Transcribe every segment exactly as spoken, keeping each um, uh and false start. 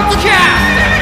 ッドキャスト。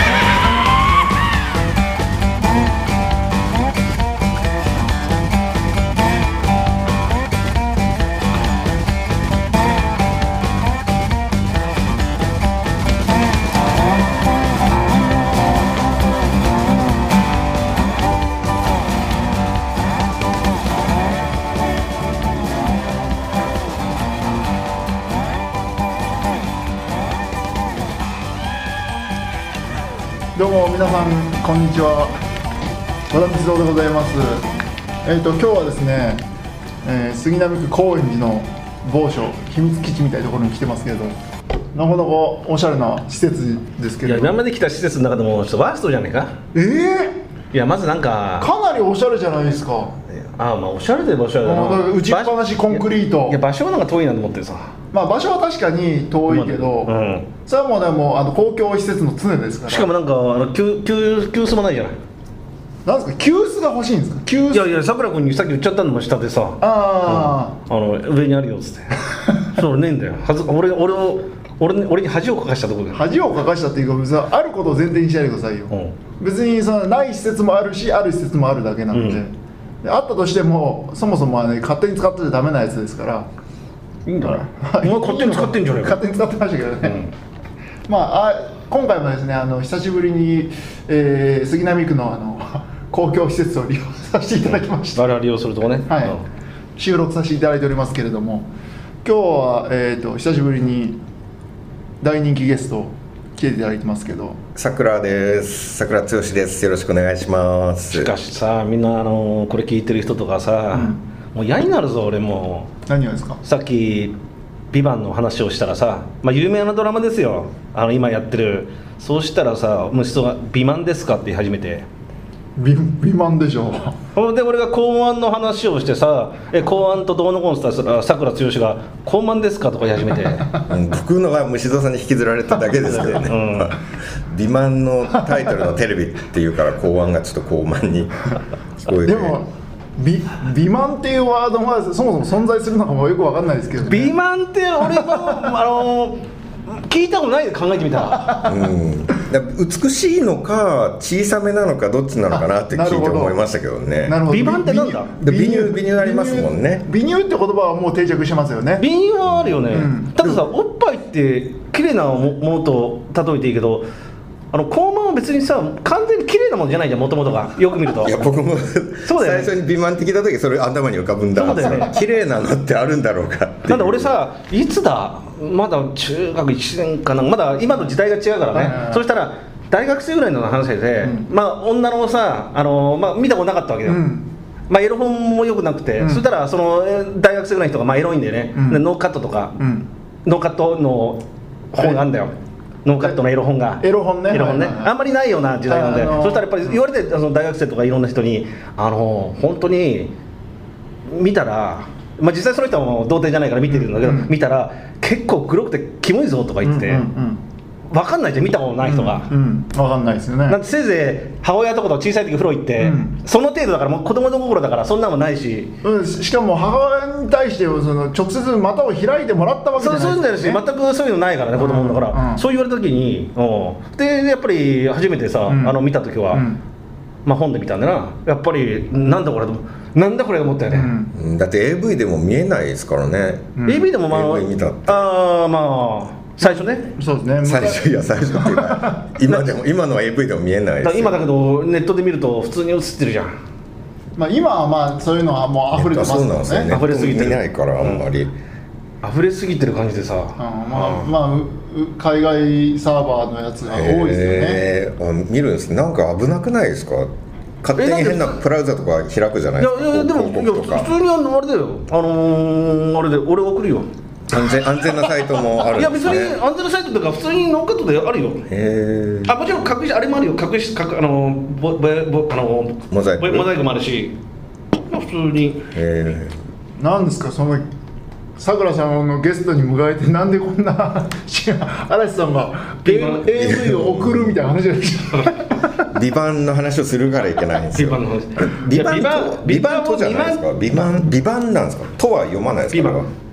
どうも皆さんこんにちは、和田光郎でございます。えっ、ー、と今日はですね、えー、杉並区高円寺の某所秘密基地みたいなところに来てますけれど、なかなかおしゃれな施設ですけれど。 いや今まで来た施設の中でもちょっとワーストじゃねえか。 ええー、 いやまずなんかかなりおしゃれじゃないですか。 ああまあおしゃれで場所だな。 打ちっぱなしコンクリート。 いや場所はなんか遠いなと思ってさ。 まあ場所は確かに遠いけど、うん、それはもうでもあの公共施設の常ですから。 しかもなんかあの急急急須もないじゃない。 なんですか急須が欲しいんですか。急須。 いやいやさくら君にさっき言っちゃったのも下でさ。 ああ、うん、あの上にあるよっつって。そうねえんだよ。はず俺俺を俺俺に恥をかかしたところで。 恥をかかしたっていうか別にあることを前提にしないでくださいよ。うん、別にそのない施設もあるしある施設もあるだけなので。うんであったとしてもそもそも、ね、勝手に使ってちゃダメなやつですから。 いいんだよ。お前勝手に使ってんじゃないか。 勝手に使ってましたけどね、うん、まあ、あ今回もですねあの久しぶりに、えー、杉並区の、あの公共施設を利用させていただきました。 我々利用するとこね、 はい、うん、収録させていただいておりますけれども、今日は、えー、と久しぶりに大人気ゲスト来ていただいてますけど、 桜です。桜剛です。よろしくお願いします。 しかしさ、みんなあのこれ聞いてる人とかさ、うん、もう嫌になるぞ俺も。 何をですか。 さっきビバンの話をしたらさ、まあ、有名なドラマですよ、あの今やってる。そうしたらさ、息子がビマンですかって言い始めて。 ビビマンでしょ。 で俺が公安の話をしてさ、え公安とどうのこうのって言ったらさくら剛が公安ですかとか言い始めて僕のが虫蔵さんに引きずられただけですけどね、うん、ビマンのタイトルのテレビっていうから公安がちょっと高慢に聞こえて。 でもビビマンっていうワードがそもそも存在するのかもよく分かんないですけど、ね、 ビマンって俺もあの聞いたことないで考えてみたら、 うん、だ美しいのか小さめなのかどっちなのかなって聞いて思いましたけどね。 なるほど。ビバンってなんだ。 美乳美乳ありますもんね。 美乳って言葉はもう定着してますよね。 美乳はあるよね、うん、たださおっぱいって綺麗なものと例えていいけど、あの肛門は別にさ完全に綺麗なものじゃないじゃん、もともとがよく見ると。 いや僕もそうだよ、ね、最初に美満って聞いた時それ頭に浮かぶんだ。 そうだよね。 綺麗なのってあるんだろうかって。 なんで俺さいつだまだ中学いちねんかな、まだ今の時代が違うからね、はいはいはい、そしたら大学生ぐらいの話で、うん、まあ女のさあの、まあ、見たことなかったわけよ、うん、まあ、エロ本もよくなくて、うん、そしたらその大学生ぐらいの人がまあエロいんでね、うん、でノーカットとか、うん、ノーカットの本があるんだよ、はい、ノーカットのエロ本がエロ本ね、 エロ本ね、はいはいはい、あんまりないような時代なんで、あのー、そしたらやっぱり言われて、あの大学生とかいろんな人にあの本当に見たら、まあ、実際その人はもう童貞じゃないから見てるんだけど、うん、見たら結構黒くてキモいぞとか言ってて、うんうんうん、分かんないじゃん見たことない人が、 うんうん、分かんないですよね。 なんてせいぜい母親とかと小さい時風呂行って、うん、その程度だからもう子供の心だからそんなもんないし、 うん、しかも母親に対してその直接股を開いてもらったわけじゃないですか、ね、 そうそうだよし、全くそういうのないからね子供だから、うんうん、そう言われた時に、うん、でやっぱり初めてさ、うん、あの見た時は、うん、まあ本で見たんだな、やっぱりなんだこれなんだこれと思ったよね、 うん、だって エーブイ でも見えないですからね、 うん、エーブイ でもまあエーブイ 見たってああまあ最初ね、 そうですね、 最初いや最初っていうか今でも今のは エーブイ でも見えないですよ。 今だけどネットで見ると普通に映ってるじゃん。 まあ今はまあそういうのはもう溢れてますもんね。 そうなんですよね。溢れすぎてる見ないからあんまり、うん、 溢れすぎてる感じでさ、 うん、まあ、まあ、海外サーバーのやつが多いですよね、 えー、あ見るんですね。なんか危なくないですか。勝手に変なブラウザとか開くじゃないですか。 いやいやでもいや普通にあのあれだよ、あのー、あれで俺送るよ。 安全安全なサイトもあるんですね。 いや別に安全なサイトとか普通にノーカットであるよ。 へー。 あもちろん隠しあれもあるよ、隠し隠あのボボボあのモザイクモザイクもあるし、普通に。 へー。なんですかそのさくらさんのゲストに迎えてなんでこんな嵐さんが エーブイ を送るみたいな話ですビバンの話をするからいけないんですよ。 ビバンの話。 ビバンとビバンとじゃないですか。ビバンビバンなんですか。とは読まないですか。 ビバン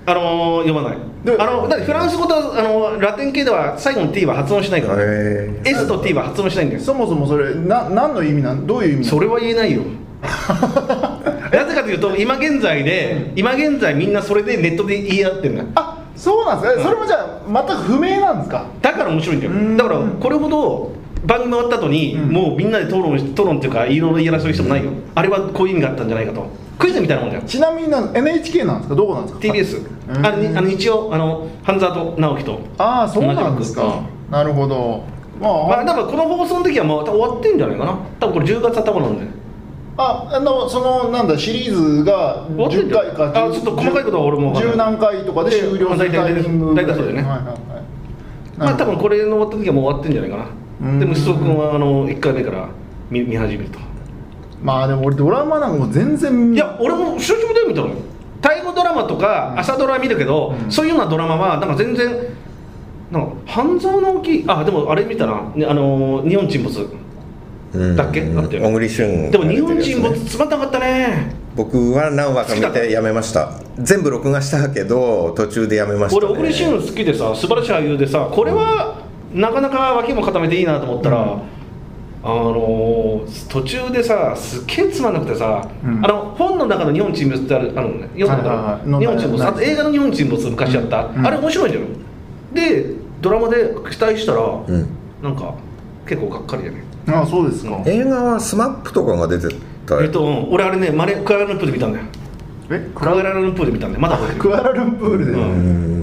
あのー、読まない。あのだってフランス語とあのラテン系では最後の T は発音しないから、ね、S と T は発音しないんだよ。 そもそもそれな何の意味なんどういう意味なんそれは言えないよなぜかというと今現在で、うん、今現在みんなそれでネットで言い合ってるんだ。 あ、そうなんですか、うん、それもじゃあ全く不明なんですか。だから面白いんだよ。だからこれほど番組終わった後に、うん、もうみんなで討論討論っていうかいろいろ言い争う人もないよ、うん、あれはこういう意味があったんじゃないかと。クイズみたいなもんだよ。 ちなみに エヌエイチケー なんですか、どこなんですか。 ティービーエス、うん、あのあの一応あの半沢と直樹と。 ああ、そうなんですか、うん、なるほど。 まあ、まあ、だからこの放送の時はもう終わってんじゃないかな。多分これじゅうがつ頭なんで。 あ、あのそのなんだシリーズがじゅっかいか、 あ、ちょっと細かいことは俺も十何回とかで終了するタイミング。 大体そうだよね。はいはいはい。まあ多分これの終わった時はもう終わってんじゃないかな。でも須藤君はあのいっかいめから見, 見始めると。まあでも俺ドラマなんかもう全然。 いや俺も久しぶりで見たのよ。タイ語ドラマとか朝ドラ見るけど、うん、そういうようなドラマはなんか全然なんか半沢直樹、あでもあれ見たな、あの日本沈没だっけ、 うん、 だって小栗旬でも日本沈没つまんなかったね。 僕は何話か見てやめました。全部録画したけど途中でやめました、ね、 俺小栗旬好きでさ、素晴らしい俳優でさ、これはなかなか脇も固めていいなと思ったら、うん、あのー、途中でさすっげえつまんなくてさ、うん、あの本の中の日本沈没ってあるあるのね、読んだから日本沈没、あと映画の日本沈没昔やった、うん、あれ面白いじゃん。でドラマで期待したら、うん、なんか結構がっかりだね。 ああ、そうですか。 映画はスマップとかが出てた。 えっと、うん、俺あれね、マレクアラルンプールで見たんだよ。えクアラルンプールで見たんだよ。まだ覚えてる。 クアラルンプールで、うん、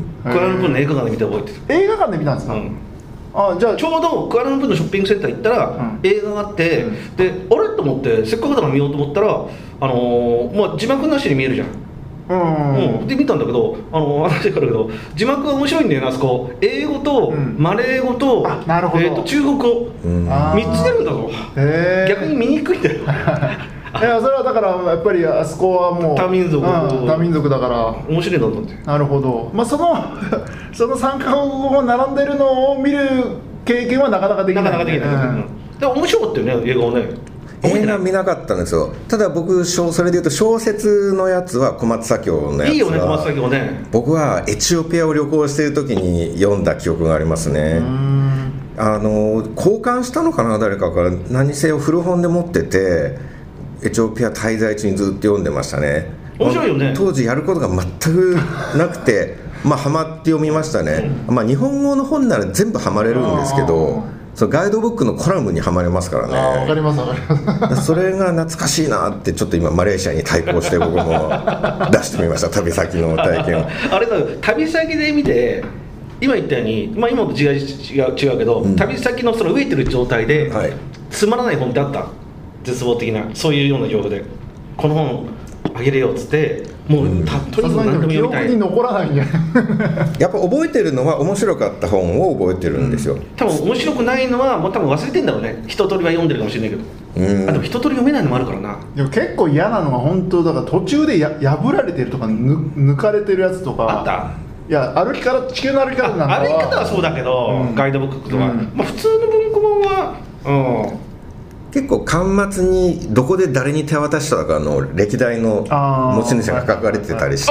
クアラルンプールの映画館で見て覚えてる。 映画館で見たんですか。うん、あじゃあちょうどクアラルンプールのショッピングセンター行ったら、うん、映画があって、うん、であれと思ってせっかくだから見ようと思ったら、あのーまあ、字幕なしに見えるじゃん。うんうん、で見たんだけど、あの話からけど字幕が面白いんだよな、あそこ。英語と、うん、マレー語と、 なるほど、 えー、と中国語、うん、みっつ出るんだぞ。逆に見にくいんだよいや、それはだからやっぱりあそこはもう多民族、 うん、多民族だから面白いなと思って。 なるほど、まあ、そのそのさんカ国語が並んでるのを見る経験はなかなかできない、ね、 なかなかできない、うん、でも面白かったよね、映画をね。 映画見なかったんですよ。ただ僕それでいうと小説のやつは小松左京のやつは、 いいよね、小松左京ね。 僕はエチオピアを旅行している時に読んだ記憶がありますね。あの交換したのかな、誰かから。何せよ古本で持っててエチオピア滞在中にずっと読んでましたね。 面白いよね。 当時やることが全くなくてまあハマって読みましたね、うん、まあ日本語の本なら全部ハマれるんですけど、そのガイドブックのコラムにはまれますからね。 あ、わかりますわかりますそれが懐かしいなって、ちょっと今マレーシアに対抗して僕も出してみました旅先の体験をあれだ、旅先で見て今言ったように、まあ、今と違う、違う、違うけど、うん、旅先のその飢えてる状態で、はい、つまらない本ってあった？絶望的なそういうような情報でこの本あげれよっつってもう、うん、たとにかく何でも読みたい。 記憶に残らないんじゃないやっぱ覚えてるのは面白かった本を覚えてるんですよ、うん、 多分面白くないのはもう多分忘れてんだろうね。一通りは読んでるかもしれないけど、うん、あでも一通り読めないのもあるからな。 でも結構嫌なのが本当だから途中でや破られてるとか抜かれてるやつとかあった。 いや歩き方、地球の歩き方なんかは歩き方はそうだけど、うん、ガイドブックとか、うん、まあ、普通の文庫本は、うん、 結構巻末にどこで誰に手渡したかの歴代の持ち主が書かれてたりして、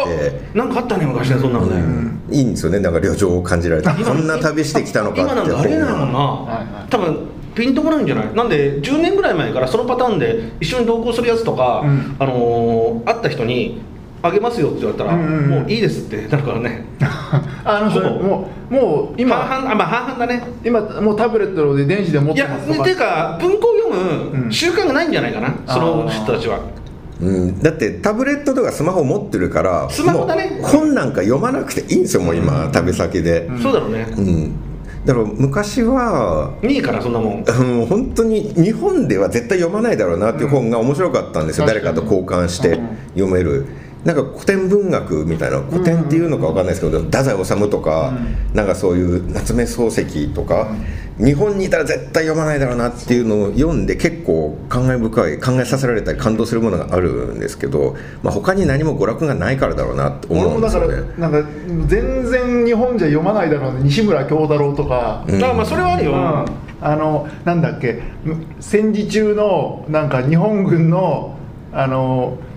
なんかあったね昔ね、そんなのね、うん、 いいんですよね。なんか旅情を感じられてこんな旅してきたのかって。 今なんかあれなのかな、はいはい、多分ピンとこないんじゃない。なんでじゅうねんぐらい前からそのパターンで一緒に同行するやつとか、うん、あのー、会った人にあげますよって言われたら、うんうんうん、もういいですってなるからねあのそれもうもう今半々、あ、まあ、半々だね。 今もうタブレットで電子で持ってますとか。いや、 っていうか文庫を読む習慣がないんじゃないかな、うん、その人たちは。 うん、だってタブレットとかスマホ持ってるからスマホだね、 もう本なんか読まなくていいんですよもう今、うん、旅先で、 うん、そうだろうね、 うん、だから昔はいいからそんなもん、 うん、本当に日本では絶対読まないだろうなっていう本が面白かったんですよ、うん、誰かと交換して読める、うん、なんか古典文学みたいな、古典っていうのか分かんないですけど、太宰治とか、うん、なんかそういう夏目漱石とか、うん、日本にいたら絶対読まないだろうなっていうのを読んで結構感慨深い、考えさせられたり感動するものがあるんですけど、まあ、他に何も娯楽がないからだろうなって思うんですよね。 俺もだからなんか全然日本じゃ読まないだろうね、西村京太郎とか、 うん、あまあそれはあるよ、うん、 あのなんだっけ戦時中のなんか日本軍のあの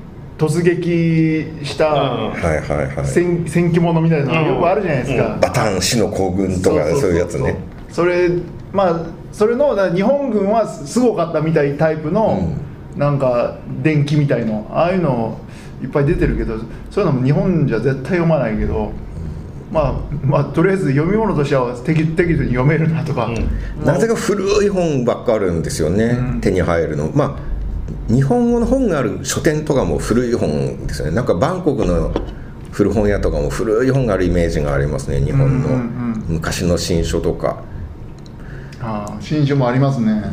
突撃した戦記物みたいなのがよくあるじゃないですか、 バタン死の行軍とかそういうやつね。 それまあそれの日本軍はすごかったみたいタイプの、うん、なんか伝記みたいのああいうのいっぱい出てるけど、そういうのも日本じゃ絶対読まないけど、まあまあとりあえず読み物としては適適度に読めるなとか、 うん、なぜか古い本ばっかあるんですよね、うん、手に入るの。まあ日本語の本がある書店とかも古い本ですよね。なんかバンコクの古本屋とかも古い本があるイメージがありますね、日本の昔の新書とか。 ああ、新書もありますね、うん、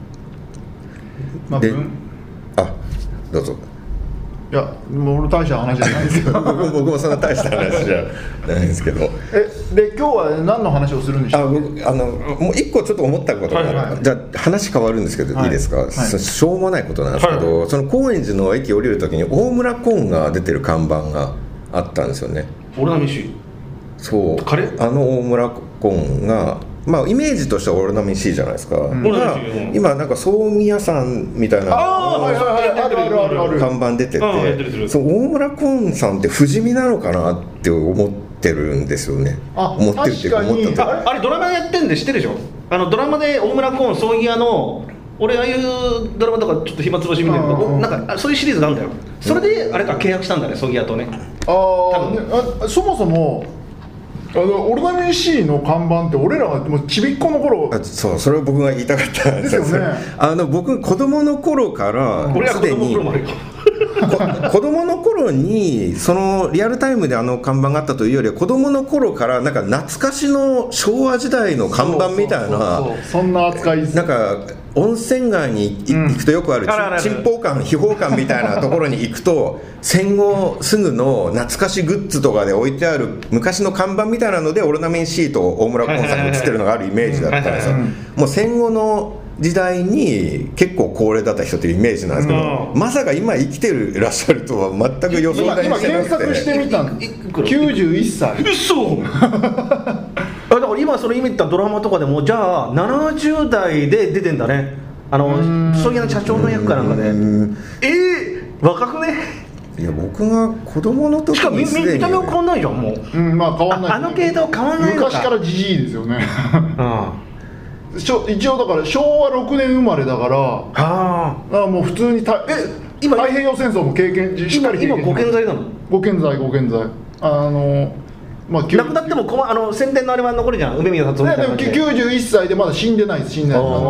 まあ、であどうぞ。 いや、もう俺大した話じゃないですけど僕もそんな大した話じゃないんですけどえで今日は何の話をするんでしょう。 あ僕あのもう一個ちょっと思ったことが、はいはい、じゃあ話変わるんですけど、はい、いいですか、はい、しょうもないことなんですけど、はい、その高円寺の駅降りるときに大村コーンが出てる看板があったんですよね。 オルナミシそう、あの大村コーンがまあ、イメージとしてはオルナミン C じゃないですか、うん、今, 今なんか葬儀屋さんみたいな看板出てて、その大村コンさんって不死身なのかなって思ってるんですよね。 あ、 思ってるっていうか思ったと。 あ, あれドラマやってんで知ってるでしょ。あのドラマで大村コン葬儀屋の俺ああいうドラマとかちょっと暇つぶしみたいななんかそういうシリーズなんだよ。それであれか契約したんだね、葬儀屋とね。 ああ、そもそもあのオルナミン C の看板って俺らがもうちびっこの頃。 そう、それを僕が言いたかったんですよ。 ですよね。 あの僕子供の頃からすでに子供の頃にそのリアルタイムであの看板があったというよりは子供の頃からなんか懐かしの昭和時代の看板みたいな、 そんな扱いです。 なんか温泉街に行くとよくある珍宝館、秘宝館みたいなところに行くと戦後すぐの懐かしグッズとかで置いてある昔の看板みたいなのでオルナミン C と大村コンさんが写ってるのがあるイメージだったんですよ。もう戦後の時代に結構高齢だった人というイメージなんですけど、うん、まさか今生きてるいらっしゃるとは全く予想だにしてなくて、 今検索してみたんきゅうじゅういっさい。 嘘だから今その今言ったドラマとかでもじゃあななじゅう代で出てんだね。あのそういう社長の役かなんかで、えー、若くね。 いや僕が子供の時にしかも見た目は変わんないじゃんもう、 うん、まあ変わんない。 あ, あの系統変わんないのか。 昔からジジイですよねうん、一応だからしょうわろくねん生まれだから、はあ、だからもう普通にたえ今太平洋戦争も経験しっかり経験。 今ご健在なの。 ご健在ご健在。あのまあ、 亡くなってもこまあの宣伝のあれは残るじゃん、梅宮達夫みたいな感じで。 でもきゅうじゅういっさいでまだ死んでないです。死んでないです。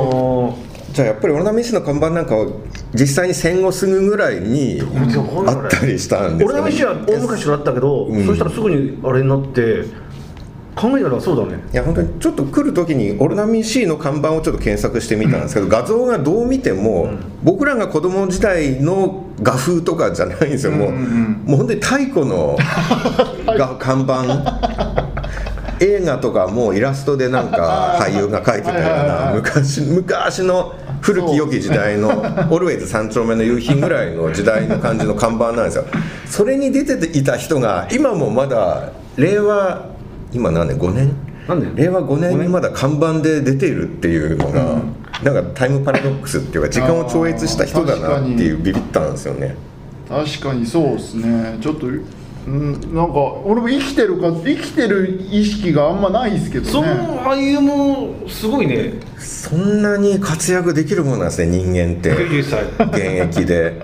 じゃあやっぱりオルナミン C の看板なんかは実際に戦後すぐぐらいにあったりしたんですかね。 オルナミン C は大昔からあったけど、うん、そしたらすぐにあれになって考えたらそうだね。 いや本当にちょっと来る時にオルナミン C の看板をちょっと検索してみたんですけど、うん、画像がどう見ても、うん、僕らが子供時代の画風とかじゃないんですよ。もう、うんうん、もう本当に太古の看板映画とかもイラストでなんか俳優が描いてたような昔昔の古き良き時代のオルウェイズ三丁目の夕日ぐらいの時代の感じの看板なんですよ。それに出ていた人が今もまだ令和今何年ごねんなんで令和ごねんにまだ看板で出ているっていうのが、うん、なんかタイムパラドックスっていうか時間を超越した人だなっていうビビったんですよね。 確かにそうですね。ちょっとうん、なんか俺も生きてるか生きてる意識があんまないですけどね。 その俳優もすごいね。 そんなに活躍できるものなんですね、人間って現役で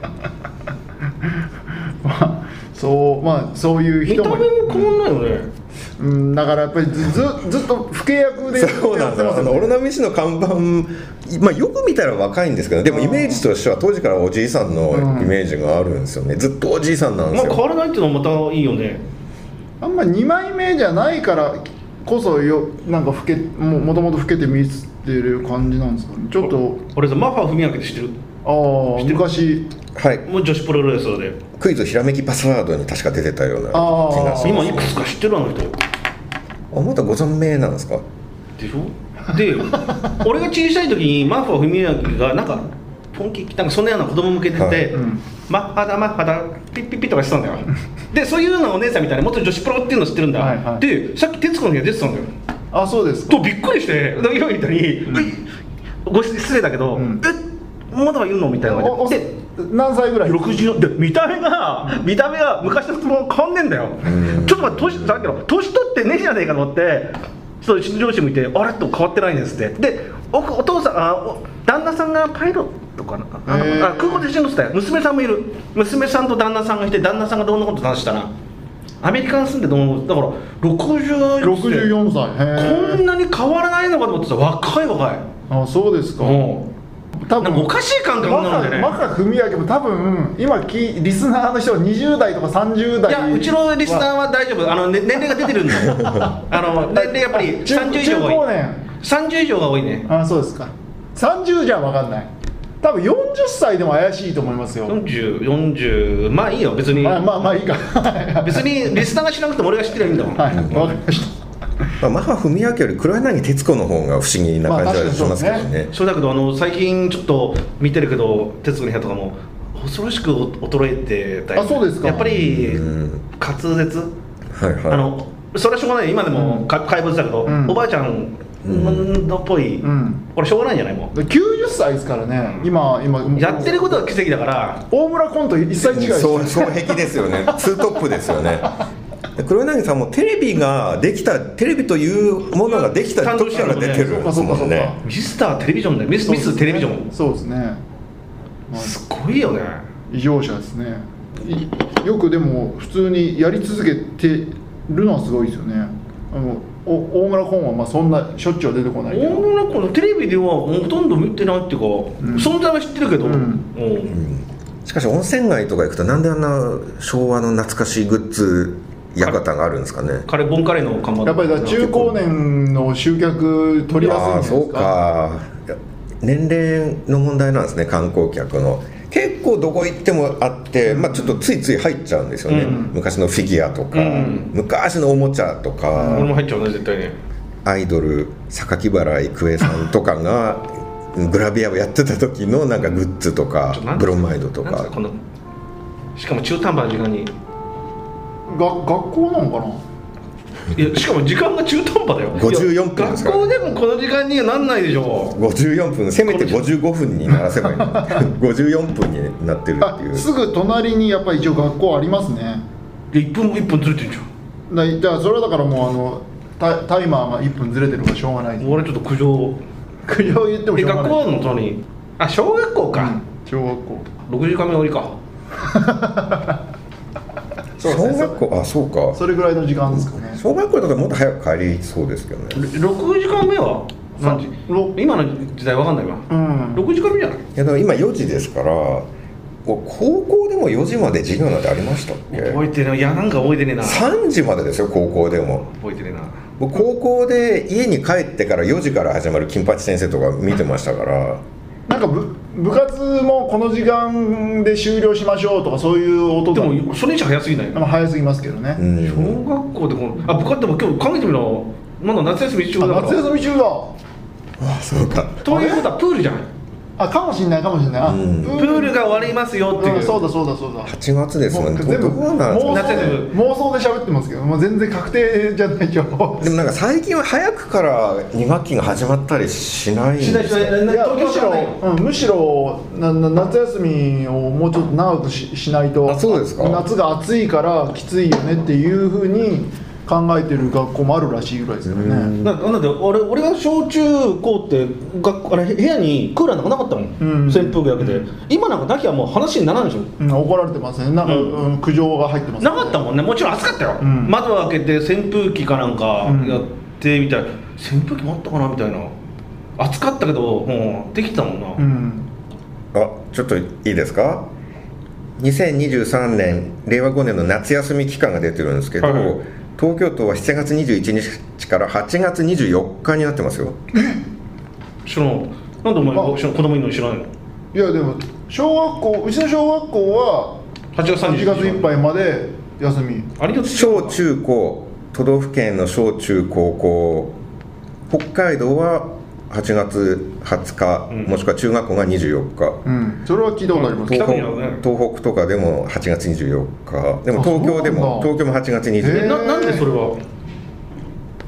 まあそうまあそういう人も見た目も変わんないよね、 うん、だからやっぱり ず, ず, ずっと不契約でそうなんですよ。オルナミン C の看板、まあ、よく見たら若いんですけど、でもイメージとしては当時からおじいさんのイメージがあるんですよね、うん、ずっとおじいさんなんですよ。 まあ、変わらないっていうのもまたいいよね。 あんまにまいめじゃないからこそよなんか老け も, もともと老けて見せてる感じなんですかね。ちょっと俺さマッハ文明って知ってる？ ああ昔はいもう女子プロレスラーでクイズひらめきパスワードに確か出てたような気がする。 今いくつか知ってるあの人。 あまたご存命なんですか？ でしょ。で俺が小さい時にマッハ文明がなんかポンキなんかそんなような子供向けてて、はいうん、マッハだマッハだピッピッピッとかしてたんだよでそういうのお姉さんみたいな元女子プロっていうの知ってるんだ、はいはい、でさっき徹子の日が出てたんだよ。 あそうですか。 とびっくりして今言ったに、うん、ご失礼だけど、うん、えまだいるのみたいな感じで、で何歳ぐらい？ ろくじゅうで見た目が見た目が昔と変わんねえんだよ。ちょっと待って、年さっきの年取ってねえじゃねえかと思って、ちょっと出場者もいて、あれと変わってないんですって。で お, お父さんあお旦那さんがパイロットかな、あのあ空港で一緒に乗ってたよ。娘さんもいる。娘さんと旦那さんがいて、旦那さんがどんなこと話したな。アメリカに住んでどうだからろくじゅうろくじゅうよんさい、 こんなに変わらないのかと思ってた。若い若い。 あ、そうですか。 多分おかしい感覚なのでね。 マカ文明も多分今きリスナーの人はにじゅう代とかさんじゅう代。 いや、うちのリスナーは大丈夫。あの、ね、年齢が出てるんだよ。あの年齢やっぱりさんじゅう以上が多い。さんじゅう以上が多いね。 あ、そうですか。さんじゅうじゃ分かんない。多分よんじゅっさいでも怪しいと思いますよ。 よんじゅう、よんじゅう、まあいいよ別に。 まあまあまあいいか。 別にリスナーがしなくても俺が知ってりゃいいんだもん。 はい、分かりました。 まあ、マハ文明より黒柳徹子の方が不思議な感じはしますけどね。まあ、そうね。 そうだけど、あの最近ちょっと見てるけど、徹子の部屋とかも恐ろしく衰えてたり。 あ、そうですか。 やっぱり滑舌、はいはい、あのそれはしょうがない。今でも怪物だけど、うん、おばあちゃんのっぽい、うん、これしょうがないんじゃないもん。 きゅうじゅっさいですからね。今今やってることは奇跡だから。 大村コント一切違いです。 そう双璧ですよね。ツートップですよね。黒柳さんもテレビができた、テレビというものができた時から出てるんですもんね。 ミスターテレビジョンだよ。ミス、ミステレビジョン。 そうですね。 すごいよね。 異常者ですね。よくでも普通にやり続けてるのはすごいですよね。あの大村コンはまあそんなしょっちゅうは出てこないけど。 大村コンのテレビではほとんど見てないっていうか、うん、存在は知ってるけど。うんうん、 しかし温泉街とか行くとなんであんな昭和の懐かしいグッズ館があるんですかね。 カレーボンカレーの看板。 やっぱりだ中高年の集客取りやすいんですか。 あ、そうか。年齢の問題なんですね。観光客の結構どこ行ってもあって、まあ、ちょっとついつい入っちゃうんですよね、うん、昔のフィギュアとか、うん、昔のおもちゃとか、 うん、俺も入っちゃうね絶対に。 アイドル榊原郁恵さんとかがグラビアをやってた時のなんかグッズとかブロマイドとか。 このしかも中途半端な時間にが学校なのかな。 いやしかも時間が中途半端だよ。 ごじゅうよんぷんですか。 学校でもこの時間にはなんないでしょ。 ごじゅうよんぷん、せめてごじゅうごふんにならせばいいの。ごじゅうよんぷんになってるっていう。 すぐ隣にやっぱり一応学校ありますね。 でいっぷんいっぷんずれてんじゃん。 だじゃあそれはだからもうあの タ, タイマーがいっぷんずれてるからしょうがない。 俺ちょっと苦情苦情言ってもしょうがない。 学校の隣にあ小学校か、うん、 小学校ろくじかんめ終わりか。 そう小学校、あ、そうか。 それぐらいの時間ですかね。 小学校だともっと早く帰りそうですけどね。 ろくじかんめは何時？今の時代わかんないわ。うん。ろくじかんめじゃない？いやだから今よじですから、高校でもよじまで授業なんてありましたっけ？ 覚えてねえ。いやなんか覚えてねえな。 さんじまでですよ高校でも。 覚えてねえな。 僕高校で家に帰ってからよじから始まる金八先生とか見てましたから。 なんか 部, 部活もこの時間で終了しましょうとかそういう音でもそれ以上早すぎない？ 早すぎますけどね。 小学校でこのあ部活でも今日考えてみろまだ夏休み中だから。 夏休み中だ。 あ、そうか。 ということはプールじゃない？ あ、かもしれないかもしれない。 うん、プールが終わりますよっていう、うん、 そうだそうだそうだ。 はちがつですもんね。全部妄想で喋ってますけど、もう全然確定じゃない情報。でもなんか最近は早くからに学期が始まったりしないんですか？しないしない。 いやむしろ、うん、むしろなな夏休みをもうちょっと長く し, しないと。 あ、そうですか。 夏が暑いからきついよねっていうふうに考えてる学校もあるらしいぐらいですからね。 ななんで 俺, 俺が小中高って学あれ部屋にクーラーなんかなかったもん、うん、扇風機だけで、うん、今なんかなきゃもう話にならないでしょ、 うん、怒られてますね。なんか、うん、苦情が入ってます、ね、 なかったもんね。もちろん暑かったよ、うん、窓開けて扇風機かなんかやってみたいな、うん、扇風機もあったかなみたいな。暑かったけどもうできてたもんな、うん、 あ、ちょっといいですか。にせんにじゅうさんねんれいわごねんの夏休み期間が出てるんですけど、はい、東京都はしちがつにじゅういちにちからはちがつにじゅうよっかになってますよ。 知らん。なんでお前子供いるの知らないの？ いやでも小学校うちの小学校ははちがついっぱいまで休み。 ありがとう。 小中高都道府県の小中高校、北海道ははちがつはつか、うん、もしくは中学校がにじゅうよっか、 うん、それは聞いたことあります。 東北、ね、東北とかでもはちがつにじゅうよっかでも東京でも東京もはちがつにじゅうよっか、 えー、な, なんでそれは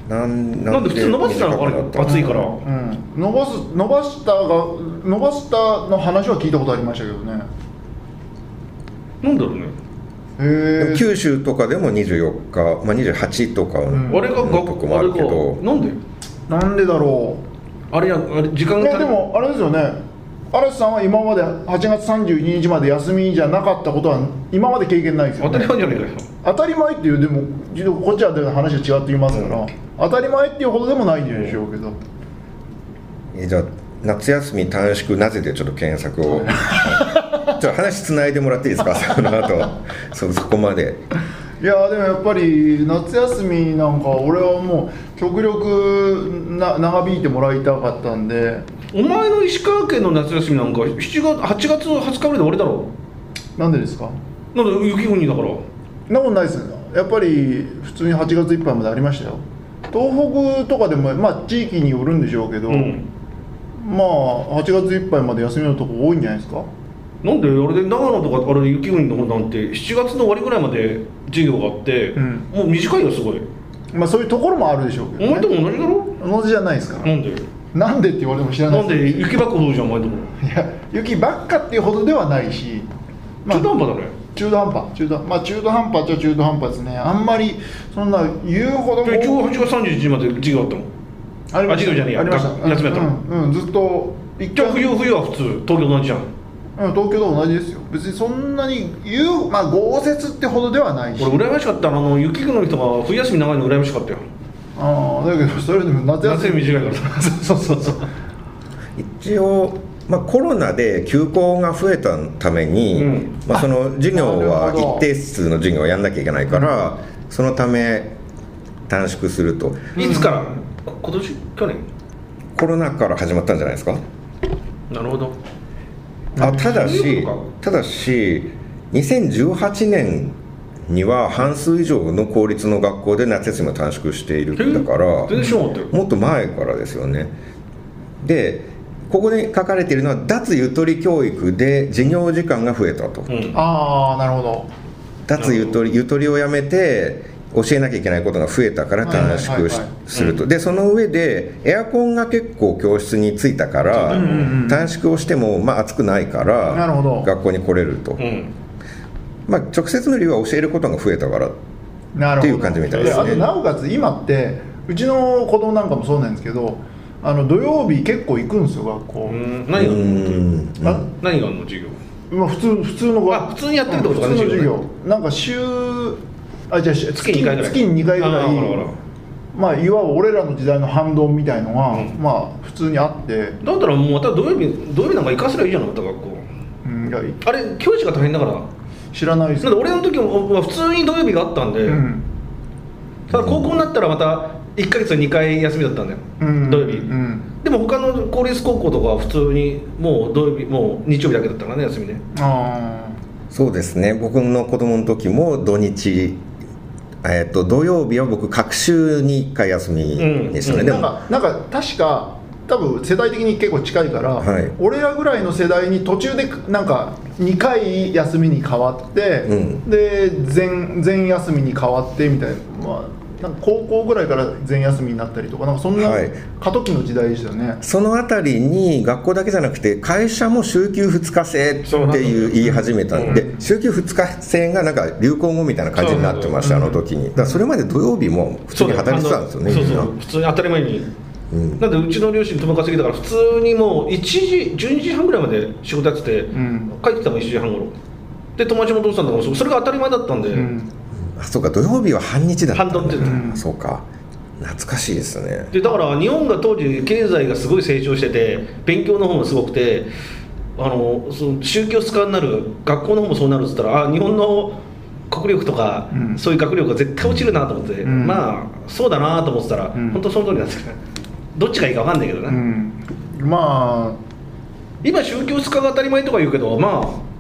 なんなんで普通伸ばしてたのかあれ暑いから、 うん、伸ばす伸ばしたが伸ばしたの話は聞いたことありましたけどね。 なんだろうね。 へえ。 九州とかでもにじゅうよっか、まあ、にじゅうはちとかのあれがとこもあるけど、 なんでなんでだろあれやあれ時間がう。えでもあれですよね、嵐さんは今まではちがつさんじゅうににちまで休みじゃなかったことは今まで経験ないですよね。 当たり前じゃないかよ。 当たり前っていうでもこっちはで話が違っていますから、うん、当たり前っていうほどでもないんでしょうけど。 えじゃあ夏休み短縮なぜでちょっと検索をちょっと話つないでもらっていいですかその後そ, そこまで。 いやでもやっぱり夏休みなんか俺はもう極力な長引いてもらいたかったんで。 お前の石川県の夏休みなんかしちがつはちがつはつかぐらいで終わりだろ。 なんでですか。 なんで雪国だから。 そんなことないですよ。やっぱり普通にはちがついっぱいまでありましたよ。東北とかでもまあ地域によるんでしょうけど、うん、まあはちがついっぱいまで休みのとこ多いんじゃないですか。 なんであれで長野とかあれ雪国の方なんてしちがつの終わりぐらいまで授業があって、うん、もう短いよすごい。まあそういうところもあるでしょうけど、ね、 お前とも同じだろ。 同じじゃないですから。 なんでなんでって言われても知らないです。なんで雪ばっか降るじゃんお前とも。 いや雪ばっかっていうほどではないし、 まあ、中途半端だね。 中途半端中途まあ中途半端っちゃ中途半端ですね。あんまりそんな言うほども。 一応はちがつさんじゅういちにちまで授業あったもん。 ありました。 授業じゃねえや。 ありました。 休みやったの。 うん、うん、ずっと一回冬冬は普通東京同じじゃん。 うん、東京と同じですよ。別にそんなに言うまあ豪雪ってほどではないし。 俺羨ましかったあの雪国の人が冬休み長いの羨ましかったよ。 ああだけどそれでも夏休み短いからそうそうそう。 一応、まあ、コロナで休校が増えたために、うん、まあ、その授業は一定数の授業をやんなきゃいけないから、うん、そのため短縮すると。 いつから、うん、今年去年コロナから始まったんじゃないですか。 なるほど。 あただしただしにせんじゅうはちねんには半数以上の公立の学校で夏休みを短縮しているんだからもっと前からですよね。でここに書かれているのは脱ゆとり教育で授業時間が増えたと、うん、 ああなるほど。 脱ゆとりゆとりをやめて教えなきゃいけないことが増えたから短縮すると。でその上でエアコンが結構教室についたから、うんうんうん、短縮をしてもまあ暑くないから学校に来れると、うん、まあ、直接の理由は教えることが増えたからっていう感じみたいですね。 あとなおかつ今ってうちの子供なんかもそうなんですけど、あの土曜日結構行くんですよ学校。 何があるの何があるの授業。 まあ普通普通のあ普通にやってるってことかね。 普通の授業なんか週あじゃあ月ににかいぐらい月ににかいぐらいまあいわば俺らの時代の反動みたいのが、うん、まあ普通にあって。 だったらもうまた土曜日土曜日なんか行かせりゃいいじゃなかった学校。うん、いやあれ教師が大変だから。 知らないです。 だって俺の時も普通に土曜日があったんで、うん、ただ高校になったらまたいっかげつにかい休みだったんだよ、うん、土曜日、うん、でも他の公立高校とかは普通にもう土曜日もう日曜日だけだったからね休みね。 あそうですね。僕の子供の時も土日えー、と土曜日は僕隔週にいっかい休みでしたね、うんうん、 でもなんか、なんか確か多分世代的に結構近いから、はい、俺らぐらいの世代に途中でなんかにかい休みに変わって、うん、で 全, 全休みに変わってみたいな、まあ、なんか高校ぐらいから全休みになったりとかなんかそんな過渡期の時代でしたよね、はい、 そのあたりに学校だけじゃなくて会社も週休ふつか制っていう言い始めたんで、うん、週休ふつか制がなんか流行語みたいな感じになってました、あの時に。だからそれまで土曜日も普通に働いてたんですよね。 そうそうそう普通に当たり前に、うん、なんでうちの両親友稼ぎだから普通にもういちじじゅうにじはんぐらいまで仕事やってて、うん、帰ってきたのいちじはん頃で友達もどうしたんだからそれが当たり前だったんで、うん、 あそうか土曜日は半日だったんだ、 半ドンって、 うん、そうか懐かしいですね。 でだから日本が当時経済がすごい成長してて勉強の方もすごくてあのその宗教スカになる学校の方もそうなるっつったらあ日本の国力とか、うん、そういう学力が絶対落ちるなと思って、うん、まあそうだなと思ってたら、うん、本当その通りなんですけどね。どっちがいいか分かんないけどね、うん、 まあ今宗教スカが当たり前とか言うけどまあ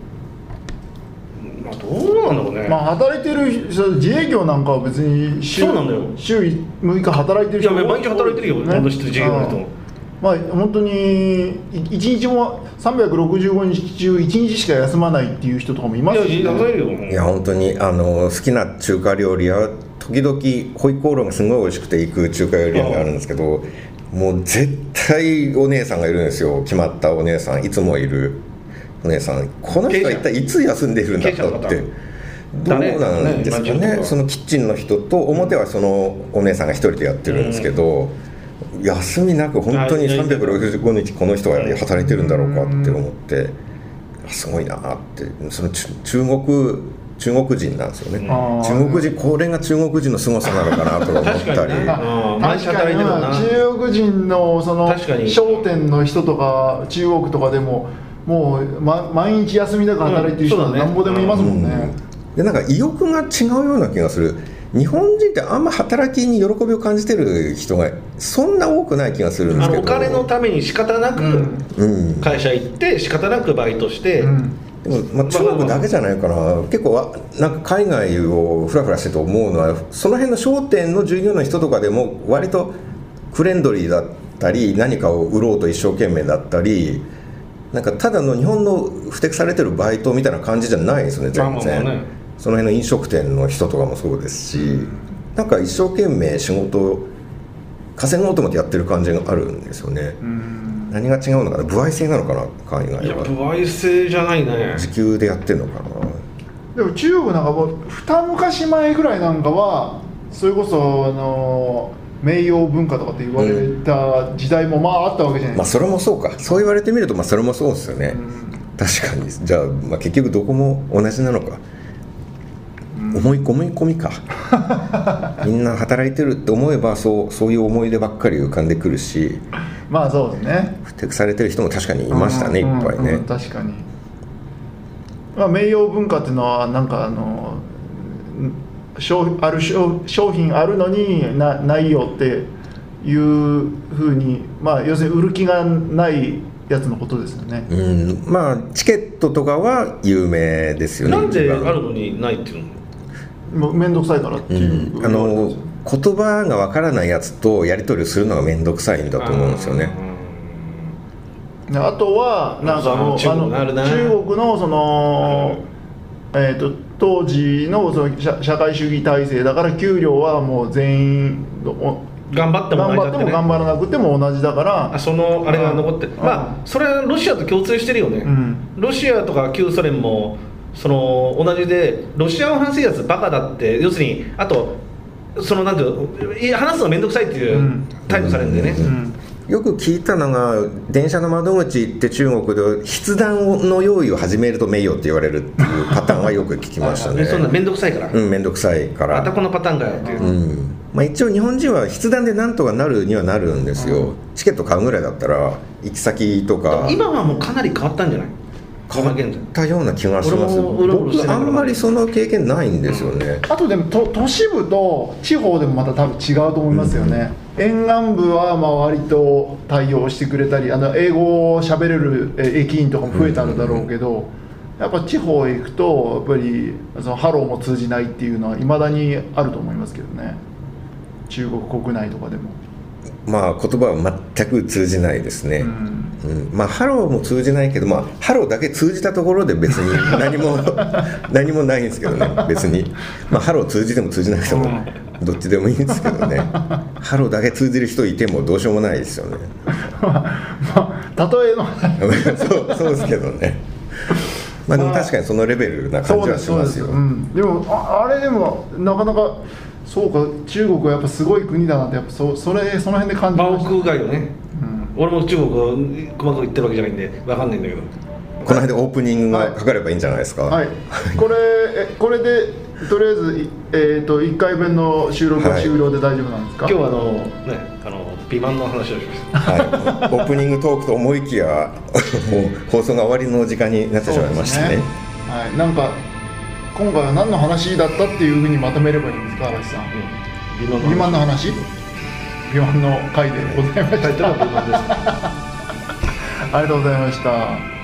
まあどうなんだろうね。 まあ働いてる自営業なんかは別に週そうなんだよ週むいか働いてる人いや毎日働いてるよ、ね、本当自営業の人も。 まあ本当にいちにちもさんびゃくろくじゅうごにち中いちにちしか休まないっていう人とかもいますし、ね、 いやいやいや本当にあの好きな中華料理や時々ホイコーローがすごい美味しくて行く中華料理屋があるんですけど、もう絶対お姉さんがいるんですよ。決まったお姉さん、いつもいるお姉さん。この人は一体いつ休んでいるんだろうって、どうなんですかね。そのキッチンの人と表はそのお姉さんが一人でやってるんですけど、うん、休みなく本当にさんびゃくろくじゅうごにちこの人が働いてるんだろうかって思って、すごいなって。その中国中国人なんですよね。中国人、これが中国人の凄さなのかなとか思ったり。 確かに中国人のその商店の人とか中国とかでももう、ま、毎日休みなく働いてる人はなんぼでもいますもんね。うん、 でなんか意欲が違うような気がする。日本人ってあんま働きに喜びを感じてる人がそんな多くない気がするんですけど、 お金のために仕方なく会社行って仕方なくバイトして、うん、 でもまあ中国だけじゃないかな。結構なんか海外をフラフラしてて思うのは、その辺の商店の従業員の人とかでも割とフレンドリーだったり、何かを売ろうと一生懸命だったり、なんかただの日本のふてくされてるバイトみたいな感じじゃないですね、全然。まあまあね、その辺の飲食店の人とかもそうですし、うん、なんか一生懸命仕事を稼ごうと思ってやってる感じがあるんですよね。うん、何が違うのかな、歩合制なのかな、海外は。 いや歩合制じゃないね。 時給でやってるのかな。でも中国なんかもう二昔前ぐらいなんかはそれこそあの名誉文化とかって言われた時代もまああったわけじゃないですか。 まあそれもそうか、そう言われてみるとまあそれもそうですよね。うん、確かに。じゃあ、まあ結局どこも同じなのか。思い思い込みかみんな働いてるって思えばそう、そういう思い出ばっかり浮かんでくるし、 まあそうですね、 ふてくされてる人も確かにいましたね、うん、いっぱいね、 うん、確かに、まあ、名誉文化っていうのはなんかあの商ある商商品あるのに な, ないよっていうふうに、まあ、要するに売る気がないやつのことですよね。 うん、まあチケットとかは有名ですよね。 なんであるのにないっていうの？ 面倒くさいからっていう、 うん、あの言葉がわからないやつとやり取りをするのが面倒くさいんだと思うんですよね。 あとはなんかあの中国のその、えー、と当時 の, その 社, 社会主義体制だから給料はもう全員頑張っても頑張っても頑張らなくても同じだから、 あそのあれが残って、まあそれはロシアと共通してるよね。うん、ロシアとか旧ソ連もその同じで、ロシア語話すやつバカだって、要するにあとそのなんていうの、話すのめんどくさいっていう態度されるんだよね。うんうん、 よく聞いたのが、電車の窓口行って中国で筆談の用意を始めると名誉って言われるっていうパターンはよく聞きましたね。 そんなめんどくさいから。 うん、めんどくさいから。 またこのパターンかよっていう。うん、 まあ、一応日本人は筆談でなんとかなるにはなるんですよ。うん、チケット買うぐらいだったら行き先とか。 今はもうかなり変わったんじゃない？ 変わったような気がします。僕あんまりその経験ないんですよね。 うん、あとでもと都市部と地方でもまた多分違うと思いますよね。うん、沿岸部はまあ割と対応してくれたり、あの英語を喋れる駅員とかも増えたんだろうけど、うんうん、やっぱ地方へ行くとやっぱりそのハローも通じないっていうのは未だにあると思いますけどね。中国国内とかでも。 まあ言葉は全く通じないですね。うんうん、まあハローも通じないけど、まあハローだけ通じたところで別に何も何もないんですけどね。別にまあハロー通じても通じなくてもどっちでもいいんですけどね。ハローだけ通じる人いてもどうしようもないですよね。 まあ例えのそうそうですけどね。まあでも確かにそのレベルな感じはしますよ。 うん、でも あ, あれでもなかなかそうか、中国はやっぱすごい国だなってやっぱ そ, それその辺で感じました。 まあ屋外よね。うん、俺も中国細かく行ってるわけじゃないんで分かんないんだけど、 この辺でオープニングがかかればいいんじゃないですか。 はい、はい、これえこれでとりあえず、えー、といっかいぶんの収録は終了で大丈夫なんですか。 はい、今日はあのねあの美満の話をしました。 はい、オープニングトークと思いきや放送が終わりの時間になってしまいましたね。 はい、なんか今回は何の話だったっていうふうにまとめればいいんですか、嵐さん。うん、美満の話、美満の回でございました。ありがとうございました。